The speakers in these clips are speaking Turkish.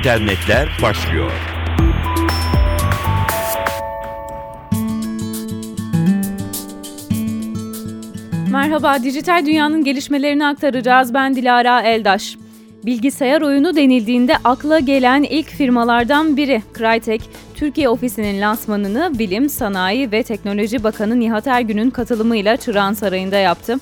internetler başlıyor. Merhaba, dijital dünyanın gelişmelerini aktaracağız. Ben Dilara Eldaş. Bilgisayar oyunu denildiğinde akla gelen ilk firmalardan biri Crytek, Türkiye ofisinin lansmanını Bilim, Sanayi ve Teknoloji Bakanı Nihat Ergün'ün katılımıyla Çırağan Sarayı'nda yaptı.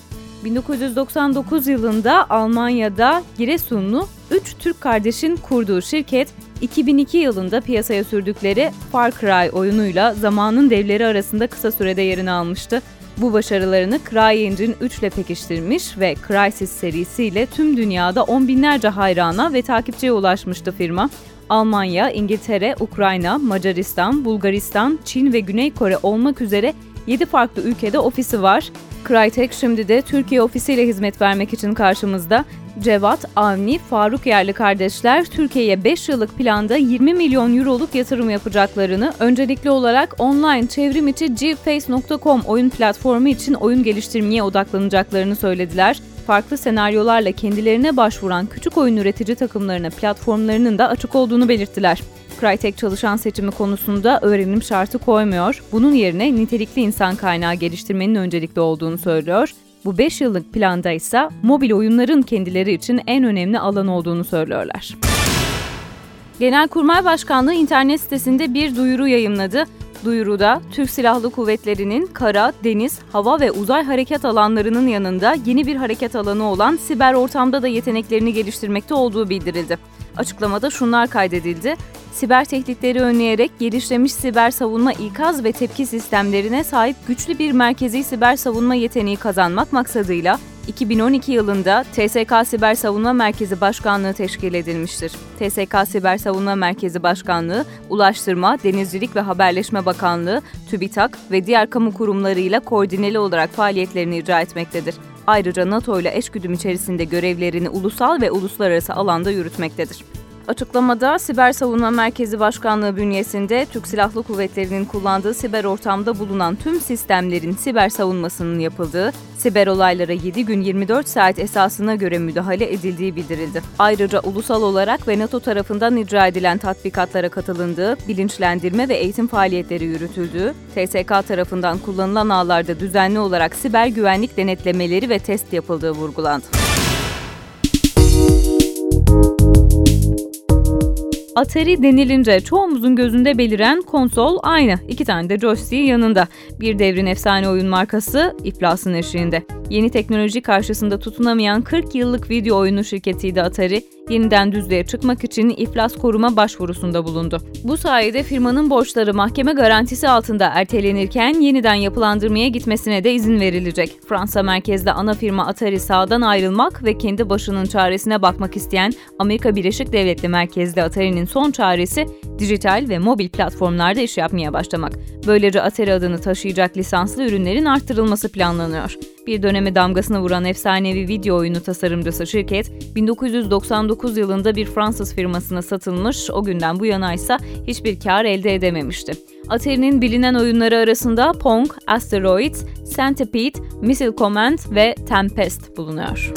1999 yılında Almanya'da Giresunlu 3 Türk kardeşin kurduğu şirket, 2002 yılında piyasaya sürdükleri Far Cry oyunuyla zamanın devleri arasında kısa sürede yerini almıştı. Bu başarılarını CryEngine 3 ile pekiştirmiş ve Crysis serisiyle tüm dünyada on binlerce hayrana ve takipçiye ulaşmıştı firma. Almanya, İngiltere, Ukrayna, Macaristan, Bulgaristan, Çin ve Güney Kore olmak üzere 7 farklı ülkede ofisi var. Crytek şimdi de Türkiye ofisiyle hizmet vermek için karşımızda. Cevat, Avni, Faruk Yerli kardeşler Türkiye'ye 5 yıllık planda 20 milyon euroluk yatırım yapacaklarını, öncelikli olarak online çevrim içi gface.com oyun platformu için oyun geliştirmeye odaklanacaklarını söylediler. Farklı senaryolarla kendilerine başvuran küçük oyun üretici takımlarına platformlarının da açık olduğunu belirttiler. Crytek çalışan seçimi konusunda öğrenim şartı koymuyor, bunun yerine nitelikli insan kaynağı geliştirmenin öncelikli olduğunu söylüyor. Bu 5 yıllık planda ise mobil oyunların kendileri için en önemli alan olduğunu söylüyorlar. Genelkurmay Başkanlığı internet sitesinde bir duyuru yayımladı. Duyuruda Türk Silahlı Kuvvetleri'nin kara, deniz, hava ve uzay harekat alanlarının yanında yeni bir harekat alanı olan siber ortamda da yeteneklerini geliştirmekte olduğu bildirildi. Açıklamada şunlar kaydedildi. Siber tehditleri önleyerek gelişmiş siber savunma ikaz ve tepki sistemlerine sahip güçlü bir merkezi siber savunma yeteneği kazanmak maksadıyla 2012 yılında TSK Siber Savunma Merkezi Başkanlığı teşkil edilmiştir. TSK Siber Savunma Merkezi Başkanlığı, Ulaştırma, Denizcilik ve Haberleşme Bakanlığı, TÜBİTAK ve diğer kamu kurumlarıyla koordineli olarak faaliyetlerini icra etmektedir. Ayrıca NATO ile eşgüdüm içerisinde görevlerini ulusal ve uluslararası alanda yürütmektedir. Açıklamada Siber Savunma Merkezi Başkanlığı bünyesinde Türk Silahlı Kuvvetleri'nin kullandığı siber ortamda bulunan tüm sistemlerin siber savunmasının yapıldığı, siber olaylara 7 gün 24 saat esasına göre müdahale edildiği bildirildi. Ayrıca ulusal olarak ve NATO tarafından icra edilen tatbikatlara katılındığı, bilinçlendirme ve eğitim faaliyetleri yürütüldüğü, TSK tarafından kullanılan ağlarda düzenli olarak siber güvenlik denetlemeleri ve test yapıldığı vurgulandı. Atari denilince çoğumuzun gözünde beliren konsol aynı. 2 tane de joystick yanında. Bir devrin efsane oyun markası iflasın eşiğinde. Yeni teknoloji karşısında tutunamayan 40 yıllık video oyunu şirketiydi Atari. Yeniden düzlüğe çıkmak için iflas koruma başvurusunda bulundu. Bu sayede firmanın borçları mahkeme garantisi altında ertelenirken yeniden yapılandırmaya gitmesine de izin verilecek. Fransa merkezli ana firma Atari sağdan ayrılmak ve kendi başının çaresine bakmak isteyen Amerika Birleşik Devletleri merkezli Atari'nin son çaresi dijital ve mobil platformlarda iş yapmaya başlamak. Böylece Atari adını taşıyacak lisanslı ürünlerin arttırılması planlanıyor. Bir döneme damgasını vuran efsanevi video oyunu tasarımcısı şirket, 1999 yılında bir Fransız firmasına satılmış, o günden bu yana ise hiçbir kar elde edememişti. Atari'nin bilinen oyunları arasında Pong, Asteroids, Centipede, Missile Command ve Tempest bulunuyor.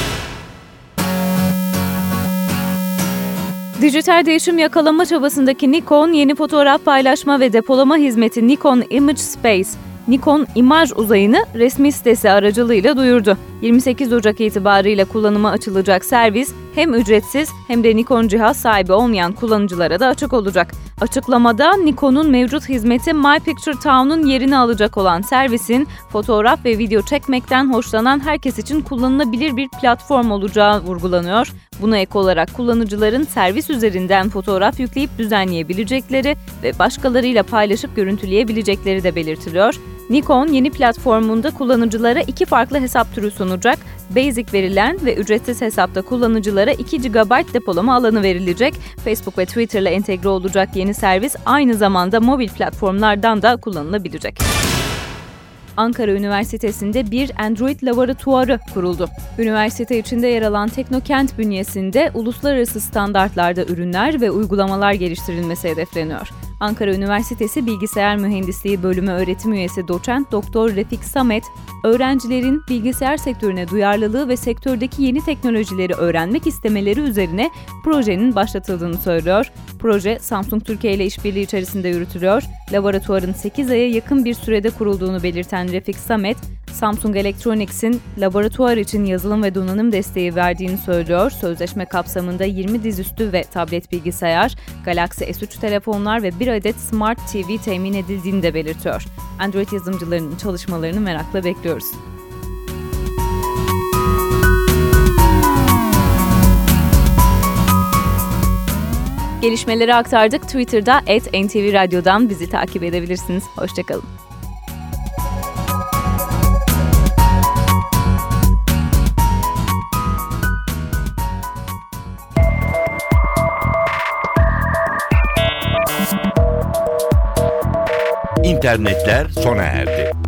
Dijital değişim yakalama çabasındaki Nikon, yeni fotoğraf paylaşma ve depolama hizmeti Nikon Image Space, Nikon İmaj Uzayı'nı resmi sitesi aracılığıyla duyurdu. 28 Ocak itibariyle kullanıma açılacak servis hem ücretsiz hem de Nikon cihaz sahibi olmayan kullanıcılara da açık olacak. Açıklamada Nikon'un mevcut hizmeti My Picture Town'un yerini alacak olan servisin fotoğraf ve video çekmekten hoşlanan herkes için kullanılabilir bir platform olacağı vurgulanıyor. Buna ek olarak kullanıcıların servis üzerinden fotoğraf yükleyip düzenleyebilecekleri ve başkalarıyla paylaşıp görüntüleyebilecekleri de belirtiliyor. Nikon yeni platformunda kullanıcılara 2 farklı hesap türü sunacak. Basic verilen ve ücretsiz hesapta kullanıcılara 2 GB depolama alanı verilecek. Facebook ve Twitter ile entegre olacak yeni servis aynı zamanda mobil platformlardan da kullanılabilecek. Ankara Üniversitesi'nde bir Android laboratuvarı kuruldu. Üniversite içinde yer alan Teknokent bünyesinde uluslararası standartlarda ürünler ve uygulamalar geliştirilmesi hedefleniyor. Ankara Üniversitesi Bilgisayar Mühendisliği Bölümü öğretim üyesi doçent Doktor Refik Samet, öğrencilerin bilgisayar sektörüne duyarlılığı ve sektördeki yeni teknolojileri öğrenmek istemeleri üzerine projenin başlatıldığını söylüyor. Proje Samsung Türkiye ile işbirliği içerisinde yürütülüyor. Laboratuvarın 8 aya yakın bir sürede kurulduğunu belirten Refik Samet, Samsung Electronics'in laboratuvar için yazılım ve donanım desteği verdiğini söylüyor. Sözleşme kapsamında 20 dizüstü ve tablet bilgisayar, Galaxy S3 telefonlar ve bir adet Smart TV temin edildiğini de belirtiyor. Android yazılımcılarının çalışmalarını merakla bekliyoruz. Gelişmeleri aktardık. Twitter'da @NTV Radyo'dan bizi takip edebilirsiniz. Hoşçakalın. İnternetler sona erdi.